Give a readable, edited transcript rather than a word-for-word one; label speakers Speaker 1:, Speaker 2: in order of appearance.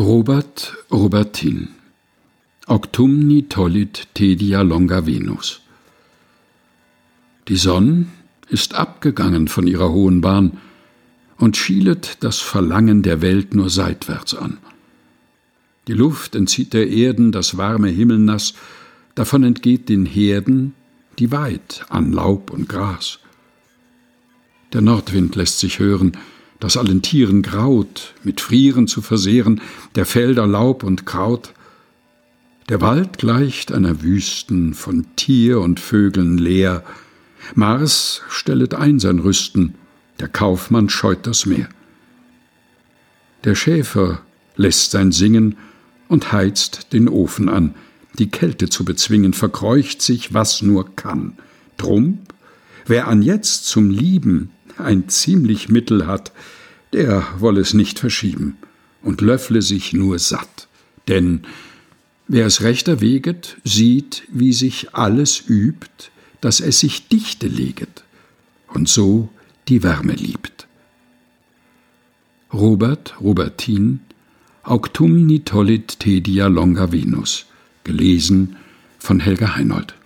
Speaker 1: Robert Robertin Auctumni tollit tedia longa Venus. Die Sonn ist abgegangen von ihrer hohen Bahn und schielet das Verlangen der Welt nur seitwärts an. Die Luft entzieht der Erden das warme Himmelnass, davon entgeht den Herden die Weid an Laub und Gras. Der Nordwind lässt sich hören, das allen Tieren graut, mit Frieren zu versehren, der Felder Laub und Kraut. Der Wald gleicht einer Wüsten, von Tier und Vögeln leer. Mars stellet ein sein Rüsten, der Kaufmann scheut das Meer. Der Schäfer lässt sein Singen und heizt den Ofen an. Die Kälte zu bezwingen, verkreucht sich, was nur kann. Drum, wer anjetzt zum Lieben ein ziemlich Mittel hat, der woll es nicht verschieben und löffle sich nur satt. Denn wer es recht erwäget, sieht, wie sich alles übt, dass es sich dichte leget und so die Wärme liebt. Robert Robertin Auctumni tollit tedia longa Venus, gelesen von Helga Heinold.